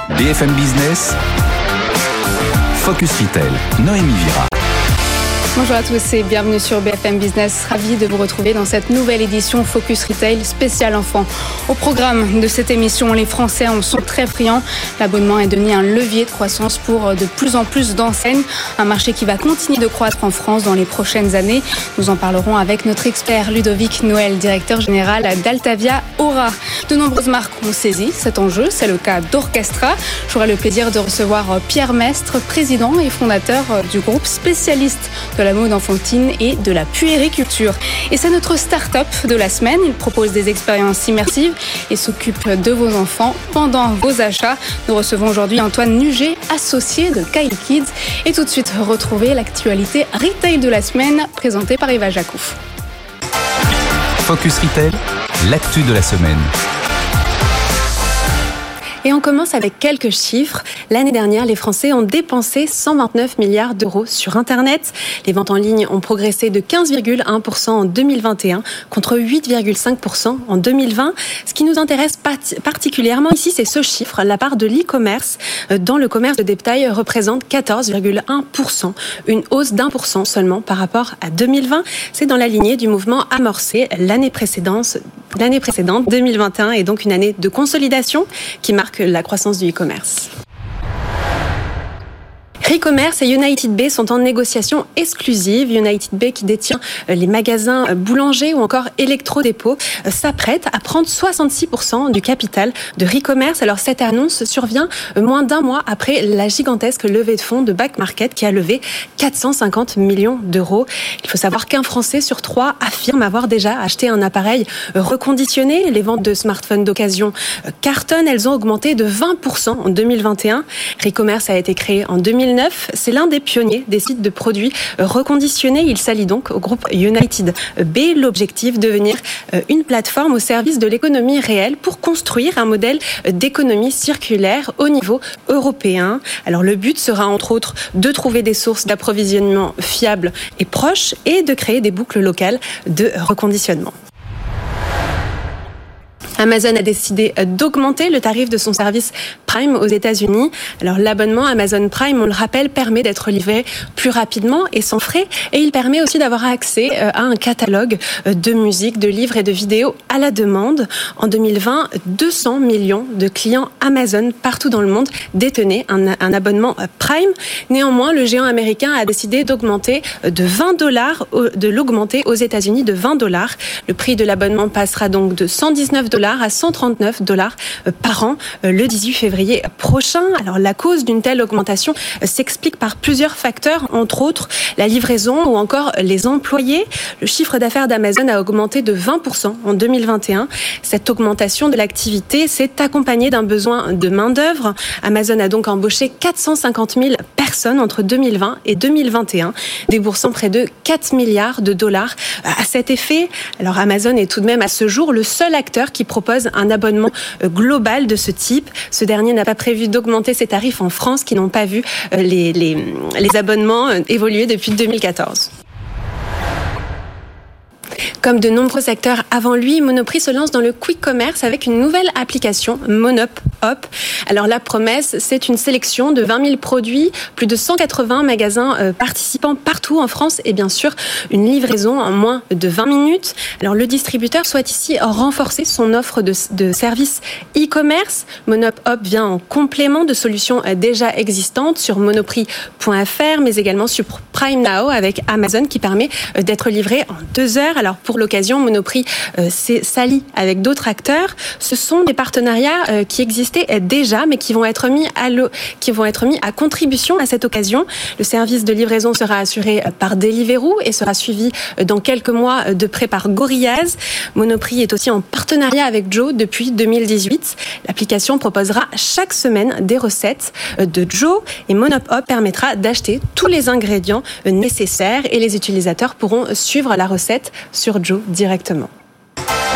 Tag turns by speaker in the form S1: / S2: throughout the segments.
S1: BFM Business, Focus Retail, Noémie Vira.
S2: Bonjour à tous et bienvenue sur BFM Business. Ravi de vous retrouver dans cette nouvelle édition Focus Retail spécial enfant. Au programme de cette émission, les Français en sont très friands. L'abonnement est devenu un levier de croissance pour de plus en plus d'enseignes. Un marché qui va continuer de croître en France dans les prochaines années. Nous en parlerons avec notre expert Ludovic Noël, directeur général d'Altavia Aura. De nombreuses marques ont saisi cet enjeu. C'est le cas d'Orchestra. J'aurai le plaisir de recevoir Pierre Mestre, président et fondateur du groupe spécialiste de la mode enfantine et de la puériculture. Et c'est notre start-up de la semaine. Il propose des expériences immersives et s'occupe de vos enfants pendant vos achats. Nous recevons aujourd'hui Antoine Nuget, associé de Kyle Kids. Et tout de suite, retrouvez l'actualité retail de la semaine présentée par Eva Jacouf.
S1: Focus Retail, l'actu de la semaine.
S3: Et on commence avec quelques chiffres. L'année dernière, les Français ont dépensé 129 milliards d'euros sur Internet. Les ventes en ligne ont progressé de 15,1% en 2021 contre 8,5% en 2020. Ce qui nous intéresse particulièrement ici, c'est ce chiffre. La part de l'e-commerce dans le commerce de détail représente 14,1%. Une hausse d'1% seulement par rapport à 2020. C'est dans la lignée du mouvement amorcé l'année précédente, 2021, est donc une année de consolidation qui marque la croissance du e-commerce. Recommerce et United Bay sont en négociation exclusive. United Bay, qui détient les magasins Boulanger ou encore Electro-Dépôt, s'apprête à prendre 66% du capital de Recommerce. Alors cette annonce survient moins d'un mois après la gigantesque levée de fonds de Back Market qui a levé 450 millions d'euros. Il faut savoir qu'un Français sur 3 affirme avoir déjà acheté un appareil reconditionné. Les ventes de smartphones d'occasion cartonnent. Elles ont augmenté de 20% en 2021. Recommerce a été créé en 2009. C'est l'un des pionniers des sites de produits reconditionnés. Il s'allie donc au groupe United Bay. L'objectif, devenir une plateforme au service de l'économie réelle pour construire un modèle d'économie circulaire au niveau européen. Alors le but sera entre autres de trouver des sources d'approvisionnement fiables et proches et de créer des boucles locales de reconditionnement. Amazon a décidé d'augmenter le tarif de son service Prime aux États-Unis. Alors l'abonnement Amazon Prime, on le rappelle, permet d'être livré plus rapidement et sans frais. Et il permet aussi d'avoir accès à un catalogue de musique, de livres et de vidéos à la demande. En 2020, 200 millions de clients Amazon partout dans le monde détenaient un abonnement Prime. Néanmoins, le géant américain a décidé d'augmenter de l'augmenter aux États-Unis de $20. Le prix de l'abonnement passera donc de $119 à $139 par an le 18 février prochain. Alors la cause d'une telle augmentation s'explique par plusieurs facteurs, entre autres la livraison ou encore les employés. Le chiffre d'affaires d'Amazon a augmenté de 20% en 2021. Cette augmentation de l'activité s'est accompagnée d'un besoin de main-d'œuvre. Amazon a donc embauché 450 000 personnes entre 2020 et 2021, déboursant près de $4 milliards à cet effet. Alors Amazon est tout de même à ce jour le seul acteur qui propose un abonnement global de ce type. Ce dernier n'a pas prévu d'augmenter ses tarifs en France qui n'ont pas vu les abonnements évoluer depuis 2014. Comme de nombreux acteurs avant lui, Monoprix se lance dans le quick commerce avec une nouvelle application, Monop Hop. Alors la promesse, c'est une sélection de 20 000 produits, plus de 180 magasins participants partout en France et bien sûr une livraison en moins de 20 minutes. Alors le distributeur souhaite ici renforcer son offre de services e-commerce. Monop Hop vient en complément de solutions déjà existantes sur monoprix.fr mais également sur Prime Now avec Amazon qui permet d'être livré en 2 heures. Alors pour l'occasion, Monoprix s'allie avec d'autres acteurs. Ce sont des partenariats qui existaient déjà, mais qui vont être mis à contribution à cette occasion. Le service de livraison sera assuré par Deliveroo et sera suivi dans quelques mois de près par Gorillaz. Monoprix est aussi en partenariat avec Joe depuis 2018. L'application proposera chaque semaine des recettes de Joe et Monop Hop permettra d'acheter tous les ingrédients nécessaires et les utilisateurs pourront suivre la recette sur Joe directement.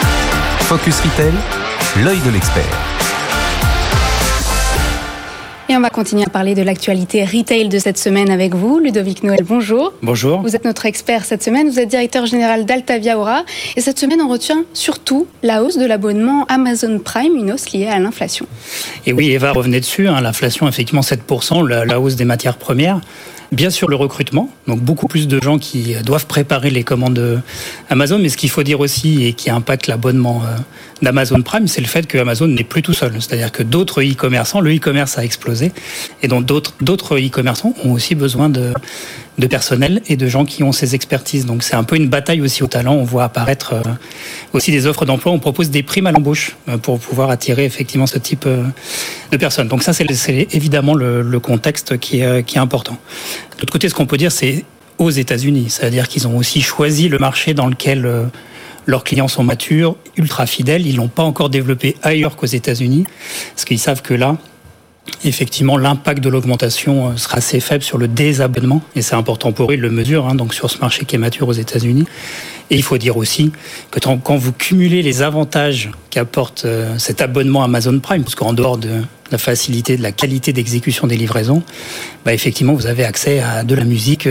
S1: Focus Retail, l'œil de l'expert.
S2: Et on va continuer à parler de l'actualité retail de cette semaine avec vous. Ludovic Noël, bonjour.
S4: Bonjour.
S2: Vous êtes notre expert cette semaine, vous êtes directeur général d'Altavia Aura. Et cette semaine, on retient surtout la hausse de l'abonnement Amazon Prime, une hausse liée à l'inflation.
S4: Et oui, Eva revenait dessus, l'inflation effectivement 7%, la hausse des matières premières. Bien sûr, le recrutement, donc beaucoup plus de gens qui doivent préparer les commandes Amazon. Mais ce qu'il faut dire aussi et qui impacte l'abonnement d'Amazon Prime, c'est le fait que Amazon n'est plus tout seul. C'est-à-dire que d'autres e-commerçants, le e-commerce a explosé, et donc d'autres e-commerçants ont aussi besoin de personnel et de gens qui ont ces expertises. Donc c'est un peu une bataille aussi au talent. On voit apparaître aussi des offres d'emploi. On propose des primes à l'embauche pour pouvoir attirer effectivement ce type de personnes. Donc ça, c'est évidemment le contexte qui est important. De l'autre côté, ce qu'on peut dire, c'est aux États-Unis. C'est-à-dire qu'ils ont aussi choisi le marché dans lequel leurs clients sont matures, ultra fidèles. Ils ne l'ont pas encore développé ailleurs qu'aux États-Unis, parce qu'ils savent que là, effectivement, l'impact de l'augmentation sera assez faible sur le désabonnement, et c'est important pour eux, ils le mesurent, donc sur ce marché qui est mature aux États-Unis. Et il faut dire aussi que quand vous cumulez les avantages qu'apporte cet abonnement Amazon Prime, parce qu'en dehors de la facilité, de la qualité d'exécution des livraisons, effectivement, vous avez accès à de la musique,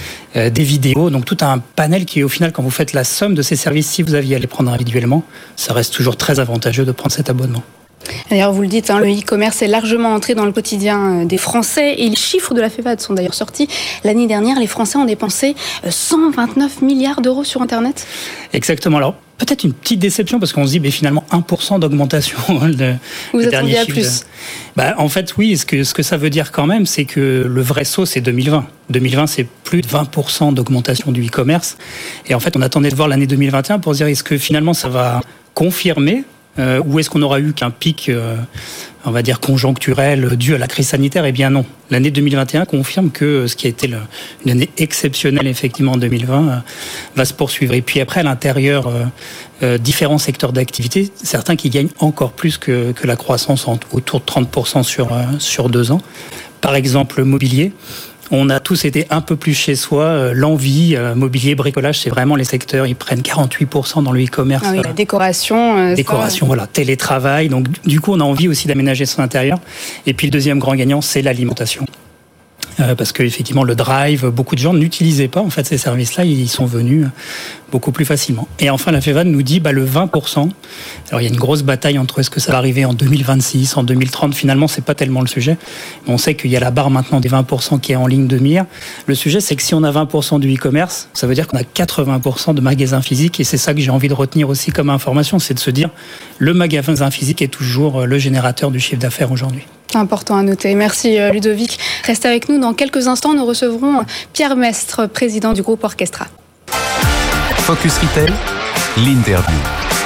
S4: des vidéos, donc tout un panel qui, au final, quand vous faites la somme de ces services, si vous aviez à les prendre individuellement, ça reste toujours très avantageux de prendre cet abonnement.
S2: D'ailleurs, vous le dites, le e-commerce est largement entré dans le quotidien des Français et les chiffres de la FEVAD sont d'ailleurs sortis. L'année dernière, les Français ont dépensé 129 milliards d'euros sur Internet.
S4: Exactement. Alors, peut-être une petite déception parce qu'on se dit, finalement, 1% d'augmentation.
S2: Vous attendiez à plus.
S4: En fait, oui. Ce que ça veut dire quand même, c'est que le vrai saut, c'est 2020. 2020, c'est plus de 20% d'augmentation du e-commerce. Et en fait, on attendait de voir l'année 2021 pour se dire, est-ce que finalement, ça va confirmer ou est-ce qu'on aura eu qu'un pic, on va dire, conjoncturel dû à la crise sanitaire ? Eh bien non. L'année 2021 confirme que ce qui a été une année exceptionnelle, effectivement, en 2020, va se poursuivre. Et puis après, à l'intérieur, différents secteurs d'activité, certains qui gagnent encore plus que la croissance, autour de 30% sur 2 ans. Par exemple, le mobilier. On a tous été un peu plus chez soi. L'envie, mobilier, bricolage, c'est vraiment les secteurs. Ils prennent 48% dans le e-commerce.
S2: Ah oui, la décoration.
S4: Décoration, voilà, télétravail. Donc, du coup, on a envie aussi d'aménager son intérieur. Et puis, le deuxième grand gagnant, c'est l'alimentation. Parce que effectivement, le drive, beaucoup de gens n'utilisaient pas en fait ces services-là. Ils y sont venus beaucoup plus facilement. Et enfin, la FEVAD nous dit le 20%. Alors, il y a une grosse bataille entre est-ce que ça va arriver en 2026, en 2030. Finalement, c'est pas tellement le sujet. On sait qu'il y a la barre maintenant des 20% qui est en ligne de mire. Le sujet, c'est que si on a 20% du e-commerce, ça veut dire qu'on a 80% de magasins physiques. Et c'est ça que j'ai envie de retenir aussi comme information, c'est de se dire le magasin physique est toujours le générateur du chiffre d'affaires aujourd'hui.
S2: Important à noter. Merci Ludovic. Restez avec nous. Dans quelques instants, nous recevrons Pierre président du groupe Orchestra.
S1: Focus Retail, l'interview.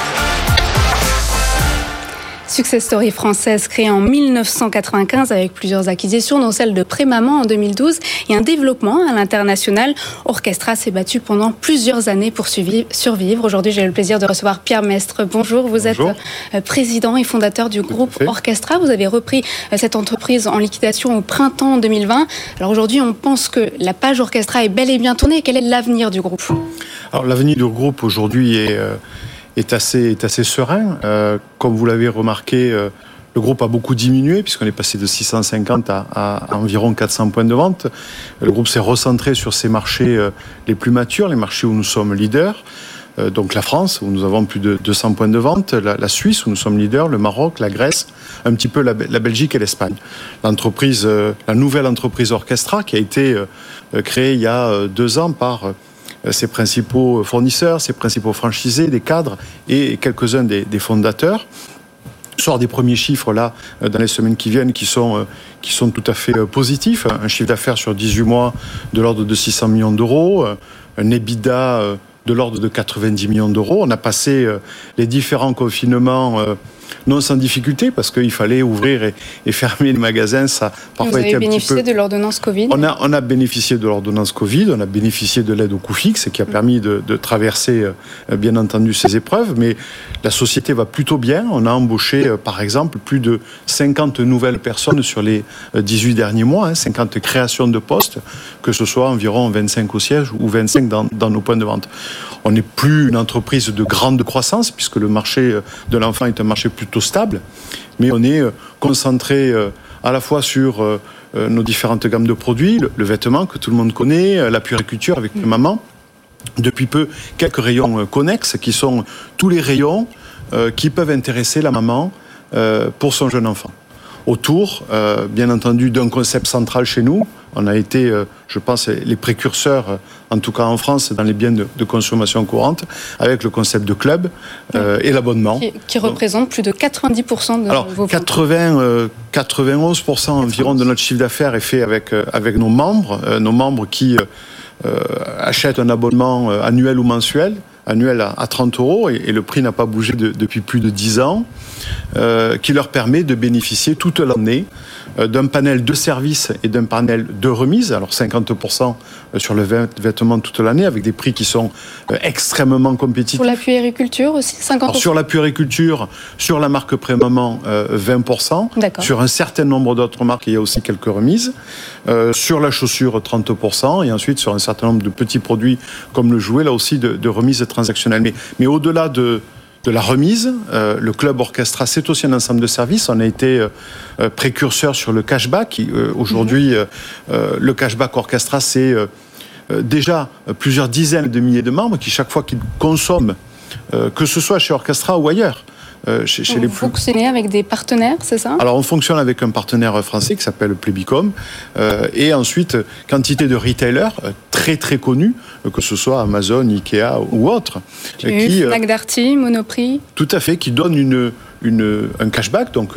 S2: Success story française créée en 1995 avec plusieurs acquisitions, dont celle de Prémaman en 2012 et un développement à l'international. Orchestra s'est battu pendant plusieurs années pour survivre. Aujourd'hui, j'ai le plaisir de recevoir Pierre Mestre. Bonjour, vous êtes président et fondateur du groupe Orchestra. Vous avez repris cette entreprise en liquidation au printemps 2020. Alors aujourd'hui, on pense que la page Orchestra est bel et bien tournée. Quel est l'avenir du groupe ?
S5: Alors l'avenir du groupe aujourd'hui est assez serein. Comme vous l'avez remarqué, le groupe a beaucoup diminué puisqu'on est passé de 650 à environ 400 points de vente. Le groupe s'est recentré sur ses marchés les plus matures, les marchés où nous sommes leaders. Donc la France, où nous avons plus de 200 points de vente, la Suisse, où nous sommes leaders, le Maroc, la Grèce, un petit peu la Belgique et l'Espagne. La nouvelle entreprise Orchestra, qui a été créée il y a 2 ans par ses principaux fournisseurs, ses principaux franchisés, des cadres et quelques-uns des fondateurs, sort des premiers chiffres là dans les semaines qui viennent qui sont tout à fait positifs. Un chiffre d'affaires sur 18 mois de l'ordre de 600 millions d'euros, un EBITDA de l'ordre de 90 millions d'euros. On a passé les différents confinements non sans difficulté, parce qu'il fallait ouvrir et fermer les magasins. Ça parfois été un petit peu. Vous avez
S2: bénéficié de l'ordonnance Covid ?
S5: On a bénéficié de l'ordonnance Covid, on a bénéficié de l'aide au coût fixe, qui a permis de traverser, bien entendu, ces épreuves. Mais la société va plutôt bien. On a embauché, par exemple, plus de 50 nouvelles personnes sur les 18 derniers mois, 50 créations de postes, que ce soit environ 25 au siège ou 25 dans nos points de vente. On n'est plus une entreprise de grande croissance, puisque le marché de l'enfant est un marché plutôt stable, mais on est concentré à la fois sur nos différentes gammes de produits, le vêtement que tout le monde connaît, la puériculture avec les mamans. Depuis peu, quelques rayons connexes qui sont tous les rayons qui peuvent intéresser la maman pour son jeune enfant. Autour, bien entendu, d'un concept central chez nous. On a été, je pense, les précurseurs, en tout cas en France, dans les biens de consommation courante, avec le concept de club et l'abonnement.
S2: Qui représente plus de 90% de vos ventes.
S5: 91% environ de notre chiffre d'affaires est fait avec nos membres qui achètent un abonnement annuel ou mensuel, annuel à 30 €, et le prix n'a pas bougé depuis plus de 10 ans, qui leur permet de bénéficier toute l'année d'un panel de services et d'un panel de remise, alors 50% sur le vêtement toute l'année, avec des prix qui sont extrêmement compétitifs.
S2: Pour la puériculture aussi, 50%?
S5: Alors, sur la puériculture, sur la marque Prémaman, 20%.
S2: D'accord.
S5: Sur un certain nombre d'autres marques, il y a aussi quelques remises. Sur la chaussure, 30%. Et ensuite, sur un certain nombre de petits produits, comme le jouet, là aussi, de remises transactionnelles. Mais au-delà de la remise, le Club Orchestra, c'est aussi un ensemble de services. On a été précurseur sur le cashback. Aujourd'hui, le cashback Orchestra, c'est déjà plusieurs dizaines de milliers de membres qui, chaque fois qu'ils consomment, que ce soit chez Orchestra ou ailleurs,
S2: Vous fonctionnez avec des partenaires, c'est ça?
S5: Alors, on fonctionne avec un partenaire français qui s'appelle Plebicom, et ensuite, quantité de retailers très très connus, que ce soit Amazon, Ikea ou autres.
S2: Fnac Darty, Monoprix.
S5: Tout à fait, qui donnent un cashback, donc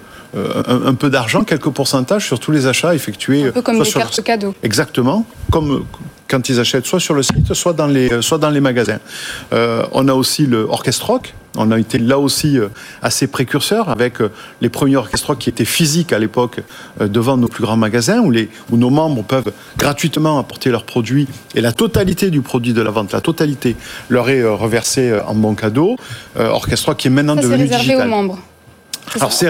S5: un peu d'argent, quelques pourcentages sur tous les achats effectués.
S2: Un peu comme des cartes cadeaux.
S5: Exactement, comme quand ils achètent soit sur le site, soit dans les magasins. On a aussi le Orchestrock. On a été là aussi assez précurseurs avec les premiers Orchestrock qui étaient physiques à l'époque devant nos plus grands magasins où nos membres peuvent gratuitement apporter leurs produits et la totalité du produit de la vente, la totalité leur est reversée en bon cadeau. Orchestrock qui est maintenant devenu digital.
S2: C'est réservé aux membres.
S5: Alors c'est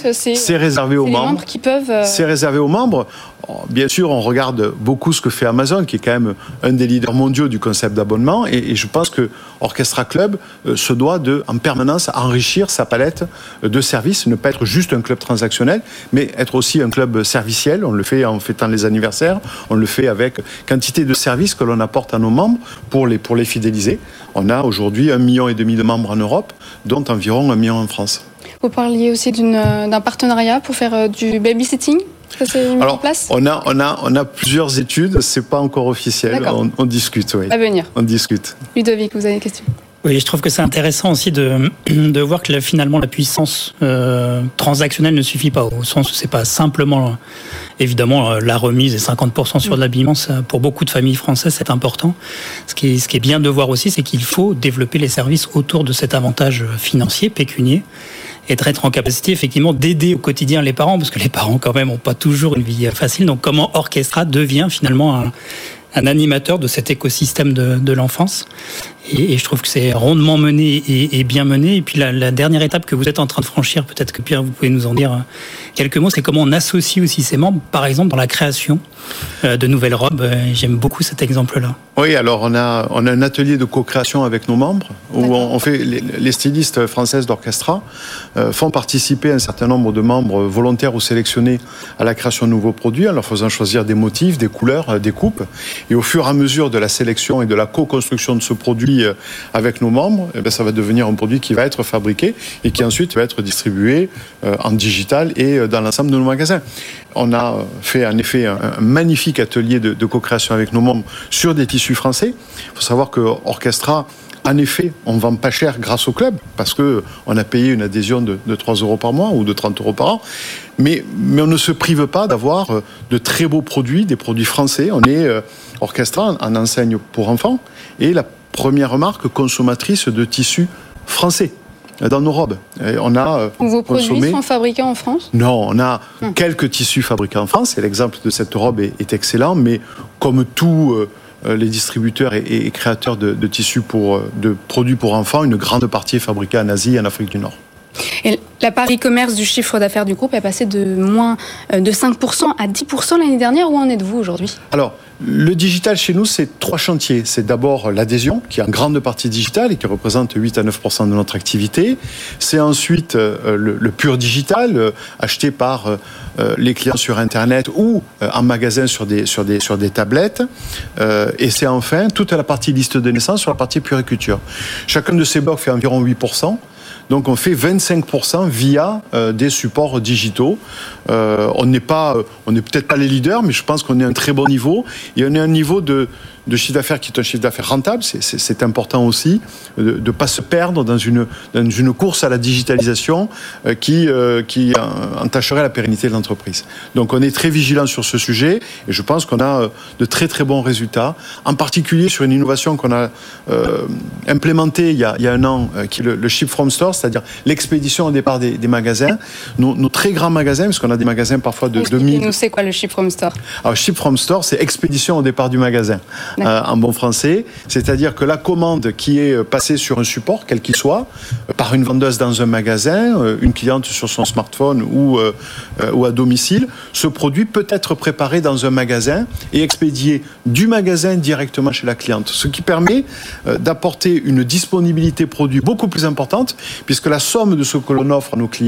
S5: réservé aux membres
S2: qui peuvent.
S5: C'est réservé aux membres. Bien sûr, on regarde beaucoup ce que fait Amazon, qui est quand même un des leaders mondiaux du concept d'abonnement. Et je pense que Orchestra Club se doit en permanence enrichir sa palette de services, ne pas être juste un club transactionnel, mais être aussi un club serviciel. On le fait en fêtant les anniversaires. On le fait avec quantité de services que l'on apporte à nos membres pour les fidéliser. On a aujourd'hui 1,5 million de membres en Europe, dont environ 1 million en France.
S2: Vous parliez aussi d'un partenariat pour faire du babysitting. Ça s'est mis en place?
S5: On a plusieurs études, c'est pas encore officiel. On discute, oui.
S2: À venir.
S5: On discute.
S2: Ludovic, vous avez une question?
S4: Oui, je trouve que c'est intéressant aussi de voir que finalement la puissance transactionnelle ne suffit pas, au sens où c'est pas simplement, évidemment, la remise et 50% sur de l'habillement. Ça, pour beaucoup de familles françaises, c'est important. Ce qui est bien de voir aussi, c'est qu'il faut développer les services autour de cet avantage financier, pécunier, et être en capacité effectivement d'aider au quotidien les parents, parce que les parents quand même n'ont pas toujours une vie facile. Donc comment Orchestra devient finalement un animateur de cet écosystème de l'enfance. Et je trouve que c'est rondement mené et bien mené. Et puis la dernière étape que vous êtes en train de franchir, peut-être que Pierre, vous pouvez nous en dire quelques mots, c'est comment on associe aussi ses membres, par exemple dans la création de nouvelles robes. J'aime beaucoup cet exemple-là.
S5: Oui, alors on a un atelier de co-création avec nos membres, où on fait les stylistes françaises d'Orchestra font participer un certain nombre de membres volontaires ou sélectionnés à la création de nouveaux produits, en leur faisant choisir des motifs, des couleurs, des coupes. Et au fur et à mesure de la sélection et de la co-construction de ce produit avec nos membres, ça va devenir un produit qui va être fabriqué et qui ensuite va être distribué en digital et dans l'ensemble de nos magasins. On a fait en effet un magnifique atelier de co-création avec nos membres sur des tissus français. Il faut savoir que Orchestra, en effet, on ne vend pas cher grâce au club, parce qu'on a payé une adhésion de 3 € par mois ou de 30 € par an. Mais on ne se prive pas d'avoir de très beaux produits, des produits français. On est Orchestra en enseigne pour enfants et la première marque consommatrice de tissus français dans nos robes. Et on a
S2: Vos produits sont fabriqués en France?
S5: Non, on a quelques tissus fabriqués en France. Et l'exemple de cette robe est excellent, mais comme tous les distributeurs et créateurs de tissus de produits pour enfants, une grande partie est fabriquée en Asie et en Afrique du Nord.
S2: Et la part e-commerce du chiffre d'affaires du groupe est passée de moins de 5% à 10% l'année dernière. Où en êtes-vous aujourd'hui ?
S5: Alors, le digital chez nous, c'est 3 chantiers. C'est d'abord l'adhésion, qui est en grande partie digitale et qui représente 8 à 9% de notre activité. C'est ensuite le pur digital, acheté par les clients sur Internet ou en magasin sur des tablettes. Et c'est enfin toute la partie liste de naissance sur la partie puriculture. Chacun de ces blocs fait environ 8%. Donc on fait 25% via des supports digitaux. On n'est peut-être pas les leaders, mais je pense qu'on est à un très bon niveau. Et on est à un niveau de chiffre d'affaires qui est un chiffre d'affaires rentable. C'est important aussi de ne pas se perdre dans une course à la digitalisation qui entacherait la pérennité de l'entreprise. Donc on est très vigilant sur ce sujet et je pense qu'on a de très très bons résultats, en particulier sur une innovation qu'on a implémentée il y a un an, qui est le Ship from Store, c'est-à-dire l'expédition au départ des magasins. Nos très grands magasins, parce qu'on a des magasins parfois de 2000...
S2: Nous, c'est quoi le Ship from Store ?
S5: Alors, Ship from Store, c'est expédition au départ du magasin. En bon français, c'est-à-dire que la commande qui est passée sur un support, quel qu'il soit, par une vendeuse dans un magasin, une cliente sur son smartphone ou à domicile, ce produit peut être préparé dans un magasin et expédié du magasin directement chez la cliente, ce qui permet d'apporter une disponibilité produit beaucoup plus importante, puisque la somme de ce que l'on offre à nos clients